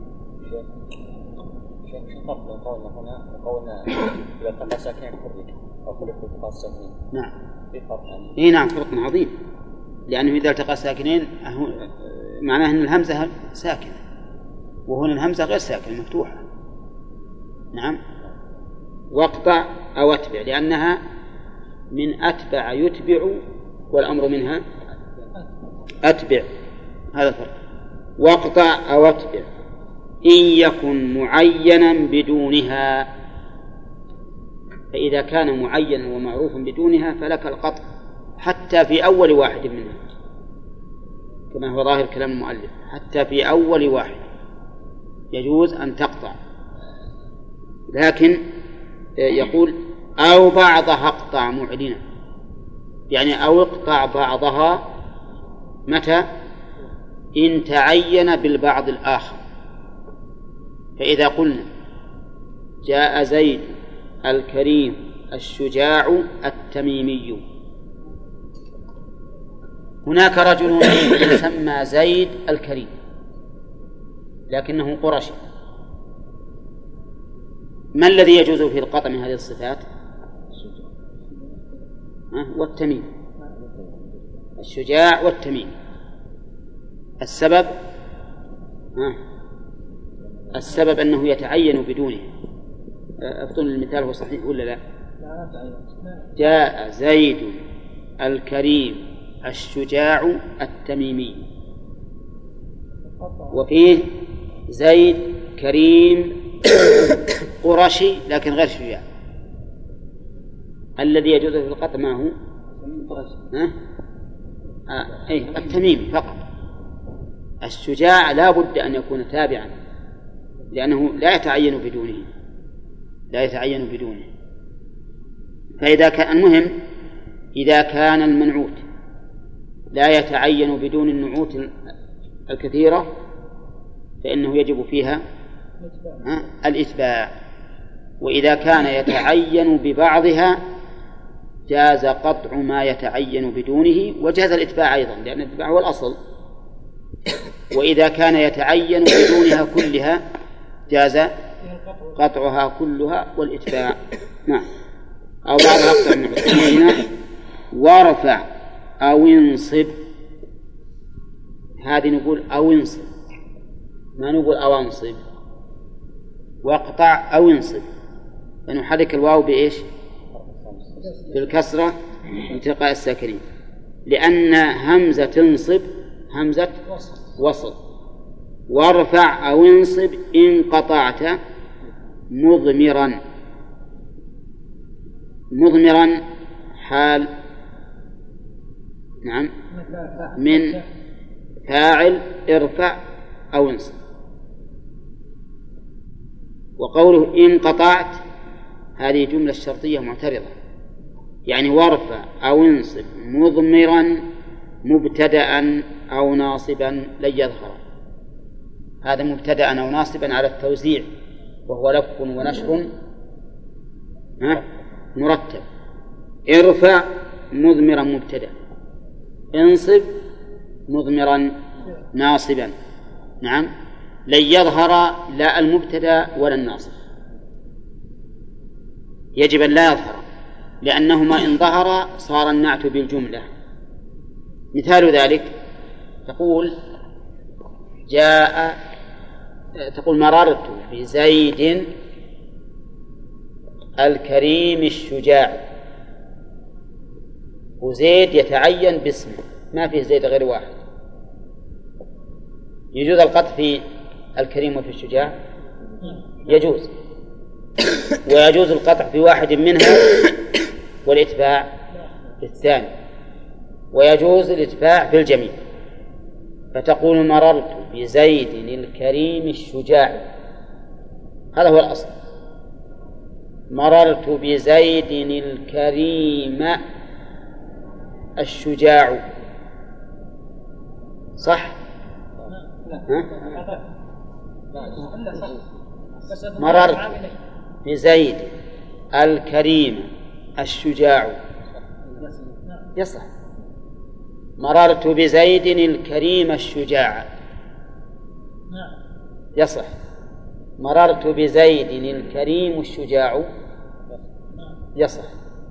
شيخ فرق بين قولنا هنا وقولنا إذا التقى ساكنين حرك أو خلق التقاء الساكنين. نعم في فرق يعني. إيه نعم فرق عظيم، لأنه إذا التقى ساكنين معناه أن الهمزة ساكنة، وهنا الهمزة غير ساكنة مفتوحة. نعم. واقطع أو أتبع، لأنها من أتبع يتبع والأمر منها أتبع، هذا الفرق. واقطع أو أتبع إن يكن معينا بدونها، فإذا كان معينا ومعروفا بدونها فلك القطع حتى في أول واحد منها، كما هو ظاهر كلام المؤلف، حتى في أول واحد يجوز أن تقطع. لكن يقول أو بعضها اقطع معلنا، يعني أو اقطع بعضها متى؟ إن تعين بالبعض الآخر. فإذا قلنا جاء زيد الكريم الشجاع التميمي، هناك رجل يسمى زيد الكريم لكنه قرشي، ما الذي يجوز في القطع من هذه الصفات؟ والتميم، الشجاع والتميم. السبب السبب أنه يتعين بدونه. أفضل المثال هو صحيح ولا لا؟ جاء زيد الكريم الشجاع التميمي، وفيه زيد كريم قرشي لكن غير شجاع. الذي يجوز في القطع ما هو؟ التميمي فقط. الشجاع لا بد أن يكون تابعا، لأنه لا يتعين بدونه. فإذا كان المهم إذا كان المنعوت لا يتعين بدون النعوت الكثيرة فإنه يجب فيها الإتباع، وإذا كان يتعين ببعضها جاز قطع ما يتعين بدونه، وجاز الإتباع أيضا لأن الإتباع هو الأصل. وإذا كان يتعين بدونها كلها جاز قطعها كلها والإتباع. نعم. أو بعضها أقطع هنا. وارفع أو انصب، هذه نقول أو انصب، ما نقول أو انصب. واقطع أو انصب فنحرك الواو بإيش؟ بالكسرة انتقاء الساكنين، لأن همزة انصب همزة وصل. وارفع أو انصب إن قطعت مضمرا. مضمرا حال نعم من فاعل ارفع أو انصب. وقوله إن قطعت هذه جملة شرطية معترضة، يعني وارفع أو انصب مضمرا مبتدأ أو ناصبا لن يظهر. هذا مبتدأ أو ناصبا على التوزيع، وهو لف ونشر مرتب. ارفع مضمرا مبتدأ، انصب مضمرا ناصبا. نعم. لن يظهر لا المبتدأ ولا الناصب، يجب أن لا يظهر، لأنهما إن ظهر صار النعت بالجملة. مثال ذلك تقول تقول مررت بزيد الكريم الشجاع. وزيد يتعين باسمه، ما فيه زيد غير واحد. يجوز القطع في الكريم وفي الشجاع؟ يجوز. ويجوز القطع في واحد منها والإتباع بالثاني، ويجوز الإتباع في الجميع. فتقول مررت بزيد الكريم الشجاع، هذا هو الأصل. مررت بزيد الكريم الشجاع، صح؟ مررت بزيد الكريم الشجاع يصح. مررت بزيد الكريم الشجاع يصح. مررت بزيد الكريم الشجاع يصح.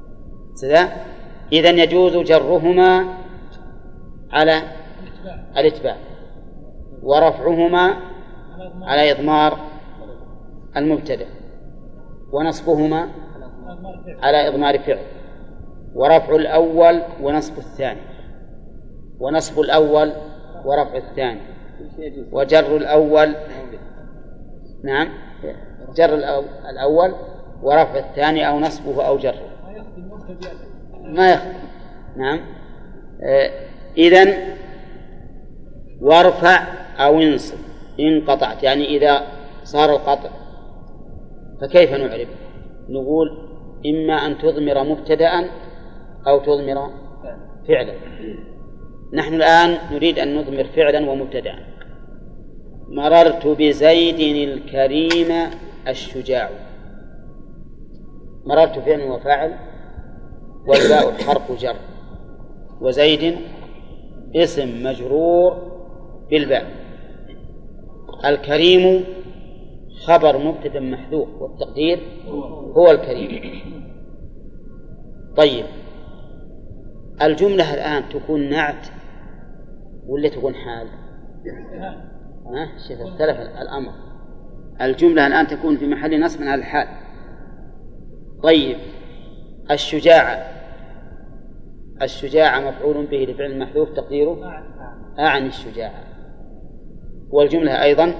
إذن يجوز جرهما على الإتباع، ورفعهما على إضمار المبتدأ، ونصبهما على إضمار فعل، ورفع الأول ونصب الثاني، ونصب الأول ورفع الثاني، وجر الأول، نعم، جر الأول ورفع الثاني أو نصبه أو جره ما يخدم. نعم. إذن وارفع أو انصب إن قطعت، يعني إذا صار القطع فكيف نعرف؟ نقول إما أن تضمر مبتدأ أو تضمر فعلا. نحن الآن نريد أن نضمر فعلا ومبتدأ. مررت بزيد الكريم الشجاع، مررت فعل وفاعل، والباء حرف جر، وزيد اسم مجرور بالباء، الكريم خبر مبتدأ محذوف والتقدير هو الكريم. طيب الجملة الآن تكون نعت ولا تكون حال؟ شوف اختلف الأمر. الجملة الآن تكون في محل نصب على الحال. طيب الشجاعة مفعول به لفعل محذوف تقديره أعني الشجاعة، والجملة أيضا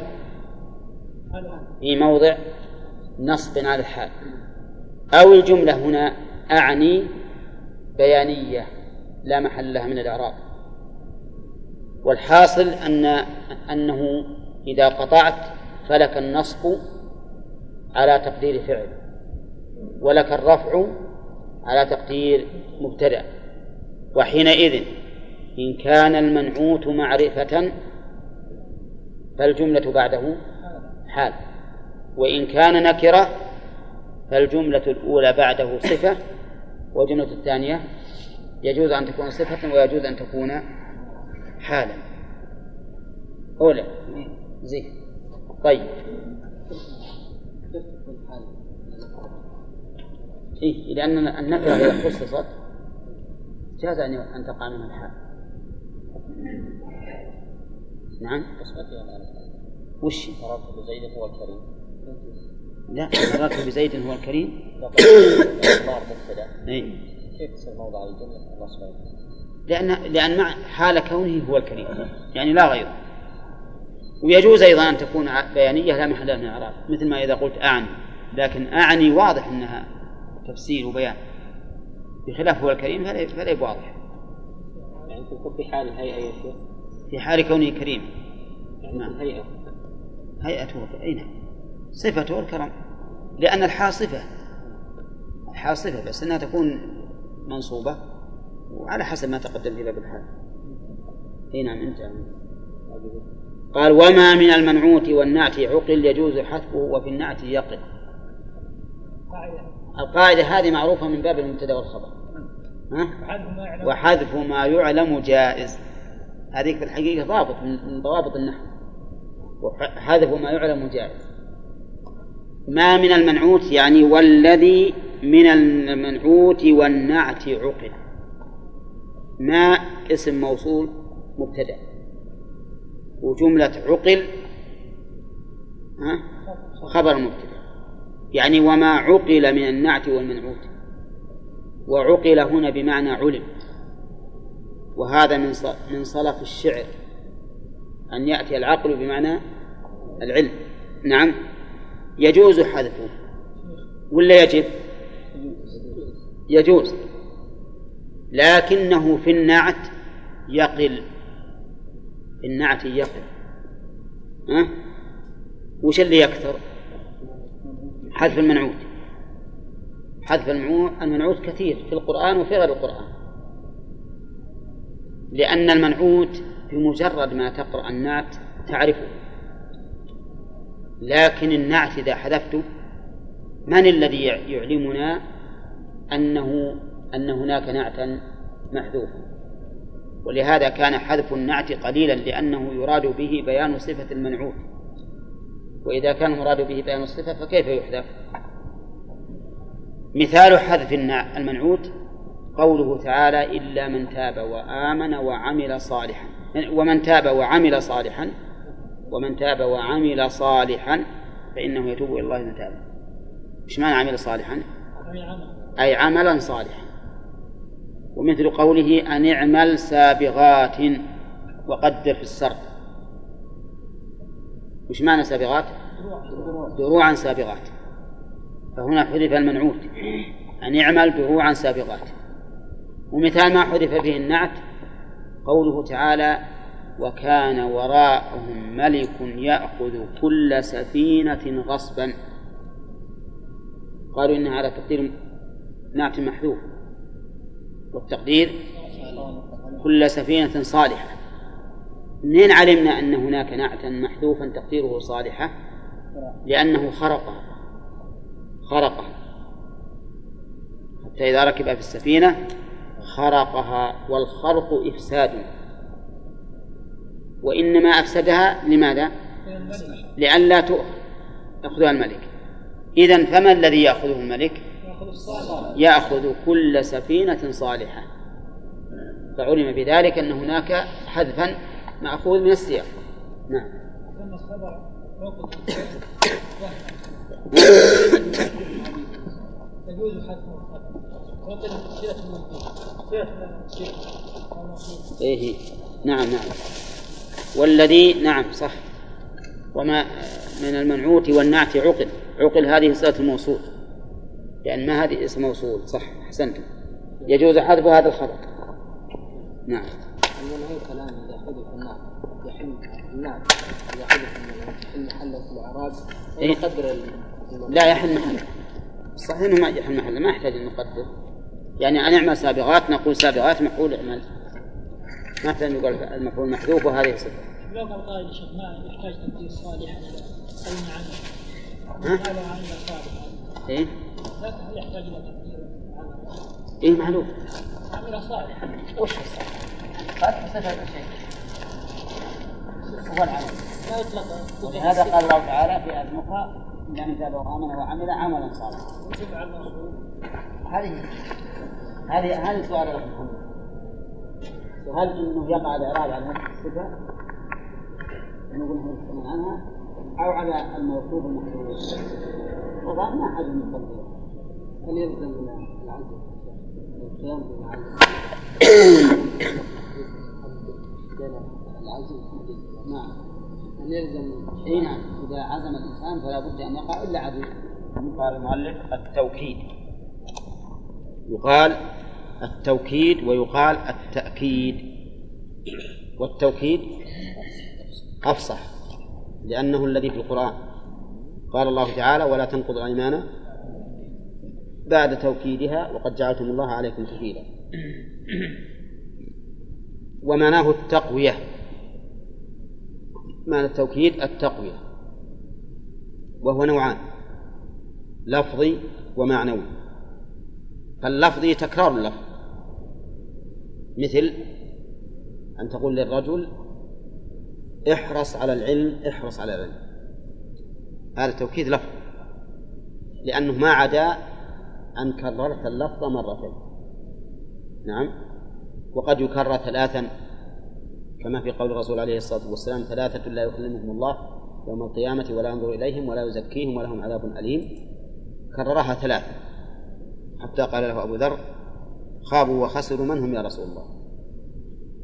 في موضع نصب على الحال. أو الجملة هنا أعني بيانية لا محل لها من الإعراب. والحاصل أنه إذا قطعت فلك النصب على تقدير فعل، ولك الرفع على تقدير مبتدأ. وحينئذ إن كان المنعوت معرفة فالجملة بعده حال، وإن كان نكرة فالجملة الأولى بعده صفة، والجملة الثانية يجوز أن تكون صفة ويجوز أن تكون حالا. أولى زين. طيب إيه؟ لأن النكرة إذا خصصت جاز أن تقع منها الحال. نعم. وش مررت بزيد هو الكريم؟ لا، مررت بزيد هو الكريم كيف تصير موضع الجملة؟ لأن مع حال كونه هو الكريم يعني لا غيره. ويجوز أيضا أن تكون بيانية لا محل لها من الإعراب، مثل ما إذا قلت أعني، لكن أعني واضح أنها تفسير وبيان، بخلاف هو الكريم فلا يبقى واضح. يعني تكون في حال الهيئة يا شيخ، في حال كونه كريم يعني الهيئة هيئته أين صفته الكرم، لأن الحال صفة بس أنها تكون منصوبة وعلى حسب ما تقدم في باب الحال. نعم. أنت قال وما من المنعوت والنعت عقل يجوز حذفه وفي النعت يقل. القاعدة هذه معروفة من باب المبتدأ والخبر. وحذف ما يعلم جائز، هذه في الحقيقة ضابط من ضوابط النحو، وحذف ما يعلم جائز. ما من المنعوت يعني والذي من المنعوت والنعت عقل. ما اسم موصول مبتدأ، وجملة عقل خبر مبتدأ، يعني وما عقل من النعت والمنعوت. وعقل هنا بمعنى علم، وهذا من صلف الشعر أن يأتي العقل بمعنى العلم. نعم، يجوز حذفه ولا يجب؟ يجوز، لكنه في النعت يقل. النعت يقل. وش اللي يكثر؟ حذف المنعوت. حذف المنعوت كثير في القرآن وفي غير القرآن، لأن المنعوت بمجرد ما تقرأ النعت تعرفه، لكن النعت إذا حذفته من الذي يعلمنا أن هناك نعتا محذوفا؟ ولهذا كان حذف النعت قليلا، لأنه يراد به بيان صفة المنعوت، وإذا كان مراد به بيان الصفة فكيف يحذف؟ مثال حذف المنعوت قوله تعالى: إلا من تاب وآمن وعمل صالحا، ومن تاب وعمل صالحا فإنه يتوب إلى الله متابا. إيش معنى عمل صالحا؟ أي عملا صالحا. ومثل قوله: أن اعمل سابغات وقدر في السرد. وش معنى سابغات؟ دروعا سابغات. فهنا حذف المنعوت، أن يعمل دروعا سابغات. ومثال ما حذف فيه النعت قوله تعالى: وكان وراءهم ملك يأخذ كل سفينة غصبا. قالوا إن هذا تقدير نعت محذوف، والتقدير كل سفينة صالحة. منين علمنا أن هناك نعتا محذوفا تقديره صالحة؟ لأنه خرقها حتى إذا ركب في السفينة خرقها، والخرق إفساد، وإنما أفسدها لماذا؟ لئلا يأخذها الملك. إذن فما الذي يأخذه الملك؟ يأخذ كل سفينة صالحة. فعلم بذلك أن هناك حذفا مأخوذ من السياق. نعم. إيه نعم. والذي نعم صح. وما من المنعوت والنعت عقل هذه صلة الموصول، لأن ما هذه اسم موصول. صح، أحسنتم. يجوز حذف هذا الخبر. نعم. المنعوت كلام إذا حذف النعت يحل النعت، إذا حذف المنعوت يحل محله في الإعراب ونقدر لا يحل محله. صحيح إنه ما يحل محله، ما يحتاج أن نقدر. يعني أن نعمل سابغات نقول سابغات مفعول اعمل، ما يحتاج نقول المفعول محذوف وهذه صفة. لو قال قائل شيخ ما يحتاج تقدير صالحا أي معنى إيه؟ لا يحتاج إلى تقدير إيه معلوم عمل صالحا. وش الصالح؟ صالح صفة الشيء هو العمل لا يطلق. ولهذا قال الله تعالى في آية أخرى: إلا من تاب وآمن وعمل عملا صالحا. هذه سؤال لكم محمد، هل إنه يقع الإعراب على هذه الصفة نقول نتكلم عنها أو على الموصوف المحذوف؟ وضع ما حد يقدر. هل يلزم العزم القيام بالعزم؟ نعم. هل يلزم؟ نعم. إذا عزم الإنسان فلا بد أن يقع إلا عزم. قال المؤلف التوكيد، يقال التوكيد ويقال التأكيد. والتوكيد أفصح لأنه الذي في القرآن. قال الله تعالى: ولا تنقضوا الأيمان بعد توكيدها وقد جعلتم الله عليكم كفيلا. ومعناه التقوية. معنى التوكيد التقوية، وهو نوعان: لفظي ومعنوي. فاللفظي تكرار اللفظ، مثل أن تقول للرجل: احرص على العلم، احرص على العلم. هذا توكيد لفظ، لأنه ما عدا أن كررت اللفظ مرتين. نعم. وقد يكرر ثلاثا، كما في قول الرسول عليه الصلاة والسلام: 3 لا يكلمهم الله يوم القيامة ولا ينظر إليهم ولا يزكيهم ولهم عذاب أليم. كررها 3 حتى قال له أبو ذر: خابوا وخسروا من هم يا رسول الله؟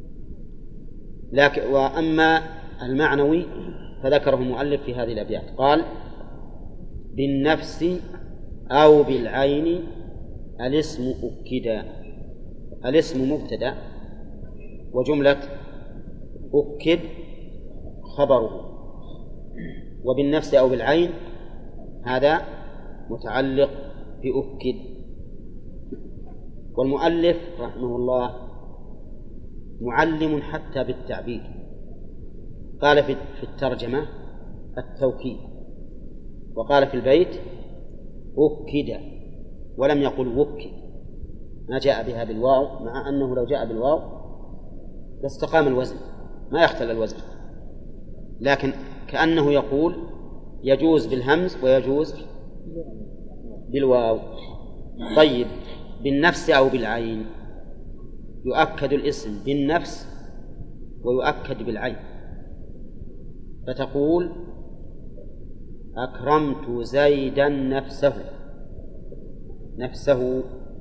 لكن وأما المعنوي فذكره المؤلف في هذه الأبيات، قال: بالنفس أو بالعين الاسم أكدا. الاسم مبتدأ وجملة أكد خبره، وبالنفس أو بالعين هذا متعلق بأكد. والمؤلف رحمه الله معلم حتى بالتعبير، قال في الترجمة التوكيد، وقال في البيت أكد ولم يقل وكد، ما جاء بها بالواو، مع أنه لو جاء بالواو لاستقام الوزن، ما يختل الوزن، لكن كأنه يقول يجوز بالهمز ويجوز بالواو. طيب، بالنفس أو بالعين يؤكد الاسم بالنفس ويؤكد بالعين، فتقول: أكرمت زيدا نفسه. نفسه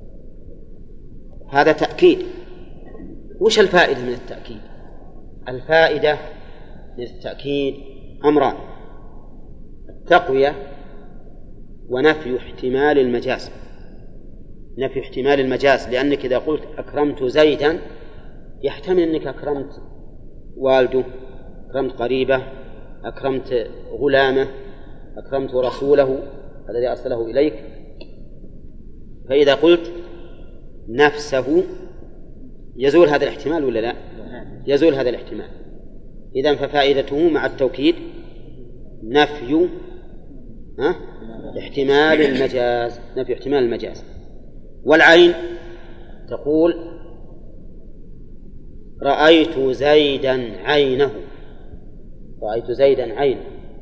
هذا تأكيد. وش الفائدة من التأكيد؟ الفائدة من التأكيد أمران: التقوية ونفي احتمال المجاز. نفي احتمال المجاز، لأنك إذا قلت أكرمت زيدا يحتمل أنك أكرمت والده، أكرمت قريبه، أكرمت غلامه، أكرمت رسوله الذي أرسله إليك. فإذا قلت نفسه يزول هذا الاحتمال ولا لا؟ يزول هذا الاحتمال. إذن ففائدته مع التوكيد نفي احتمال المجاز، نفي احتمال المجاز. والعين تقول: رأيت زيدا عينه. رأيت زيدا عينه،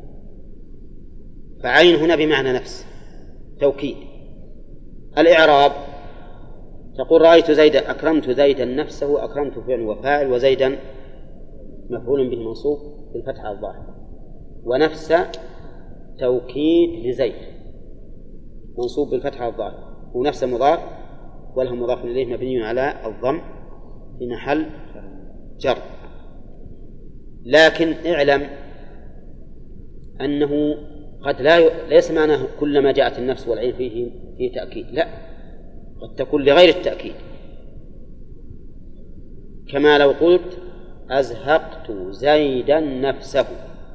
فعين هنا بمعنى نفس، توكيد. الإعراب تقول: رأيت زيدا، أكرمت زيدا نفسه، أكرمت فعل وفاعل، وزيدا مفعول به منصوب بالفتحة الظاهرة، ونفس توكيد لزيد منصوب بالفتحة الظاهرة، ونفس مضاف وله مضاف إليه مبني على الضم في محل جر. لكن اعلم أنه قد ليس معناه كلما جاءت النفس والعين فيه تأكيد، لا، قد تكون لغير التأكيد، كما لو قلت أزهقت زيدا نفسه،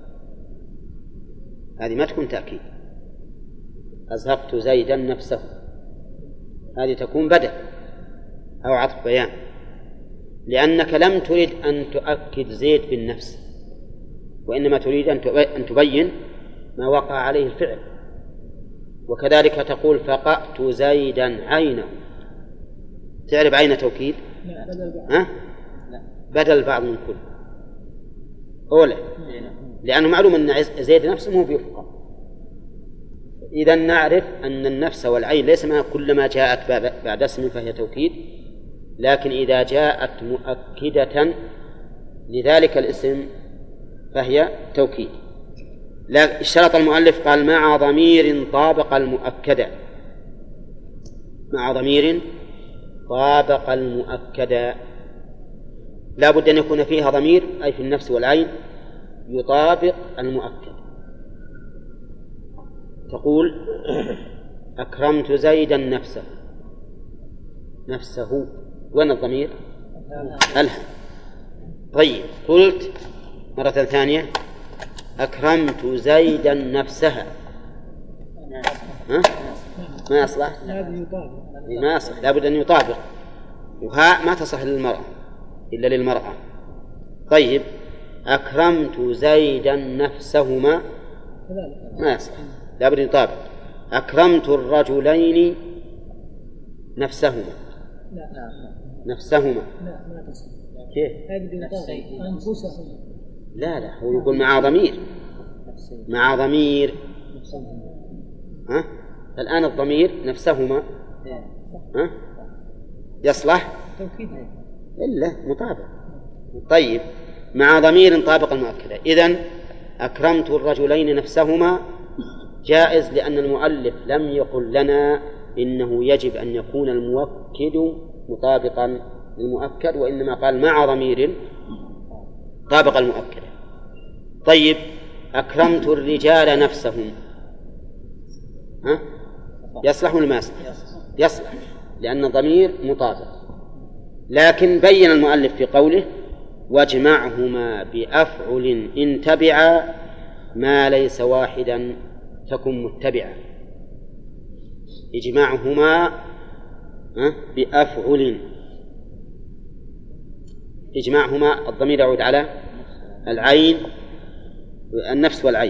هذه ما تكون تأكيد. أزهقت زيدا نفسه هذه تكون بدل أو عطف بيان، لأنك لم تريد أن تؤكد زيد بالنفس، وإنما تريد أن تبين ما وقع عليه الفعل. وكذلك تقول فقأت زيدا عينه، تعرف عين توكيد؟ بدل بعض من كل أولى، لأنه معلوم أن زيد نفسه مو بيفقى. إذا نعرف أن النفس والعين ليس معنى كلما جاءت بعد اسم فهي توكيد، لكن إذا جاءت مؤكدة لذلك الاسم فهي توكيد. لا، اشترط المؤلف قال: مع ضمير طابق المؤكدة. مع ضمير طابق المؤكدة، لا بد أن يكون فيها ضمير، أي في النفس والعين، يطابق المؤكد. تقول: أكرمت زيدا نفسه. نفسه وين الضمير؟ ألهم. طيب، قلت مرة ثانية: أكرمت زيدا نفسها. ما يصلح؟ ما يصلح، لا بد أن يطابق، وها ما تصح للمرأة إلا للمرأة. طيب، أكرمت زيدا نفسهما ما يصلح، لا بد أن يطابق. أكرمت الرجلين نفسهما. نفسهما كيف؟ لا، هو يقول مع ضمير. مع ضمير. الآن الضمير نفسهما يصلح إلا مطابق. طيب، مع ضمير طابق المؤكدة. إذن أكرمت الرجلين نفسهما جائز، لأن المؤلف لم يقل لنا إنه يجب أن يكون المؤكد مطابقا للمؤكد، وإنما قال مع ضمير طابق المؤكدة. طيب أكرمت الرجال نفسهم، يصلح ولا ما يصلح؟ لأن الضمير مطابق. لكن بين المؤلف في قوله واجمعهما بأفعل إن تبعا ما ليس واحدا تكن متبعا. اجمعهما بأفعل، اجمعهما الضمير يعود على العين، النفس والعين.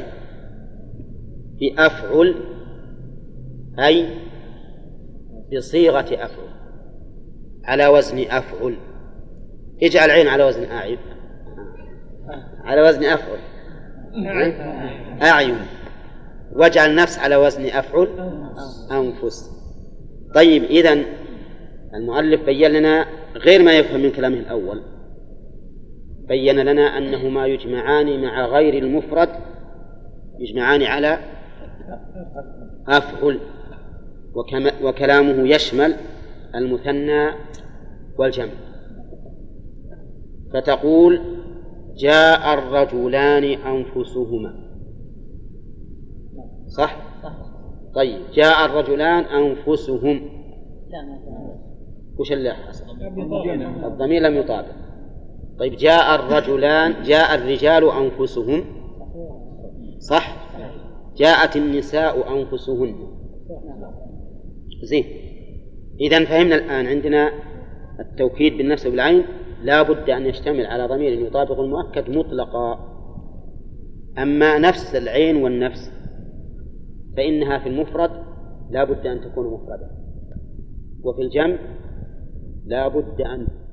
بأفعل أي بصيغة أفعل، على وزن أفعل. اجعل عين على وزن أعين، على وزن أفعل أعين، واجعل نفس على وزن أفعل أنفس. طيب إذن المؤلف بيّن لنا غير ما يفهم من كلامه الأول، بيّن لنا أنهما يجمعان مع غير المفرد، يجمعان على أفعل، وكلامه يشمل المثنى والجمع. فتقول جاء الرجلان أنفسهما، صح؟ طيب جاء الرجلان أنفسهم، وش اللي حصل؟ الضمير لم يطابق. طيب جاء الرجلان، جاء الرجال أنفسهم، صح؟ جاءت النساء أنفسهن، زين. إذن فهمنا الآن عندنا التوكيد بالنفس وبالعين لا بد أن يشتمل على ضمير يطابق المؤكد مطلقا. أما نفس العين والنفس فإنها في المفرد لا بد أن تكون مفردة، وفي الجمع لا بد أن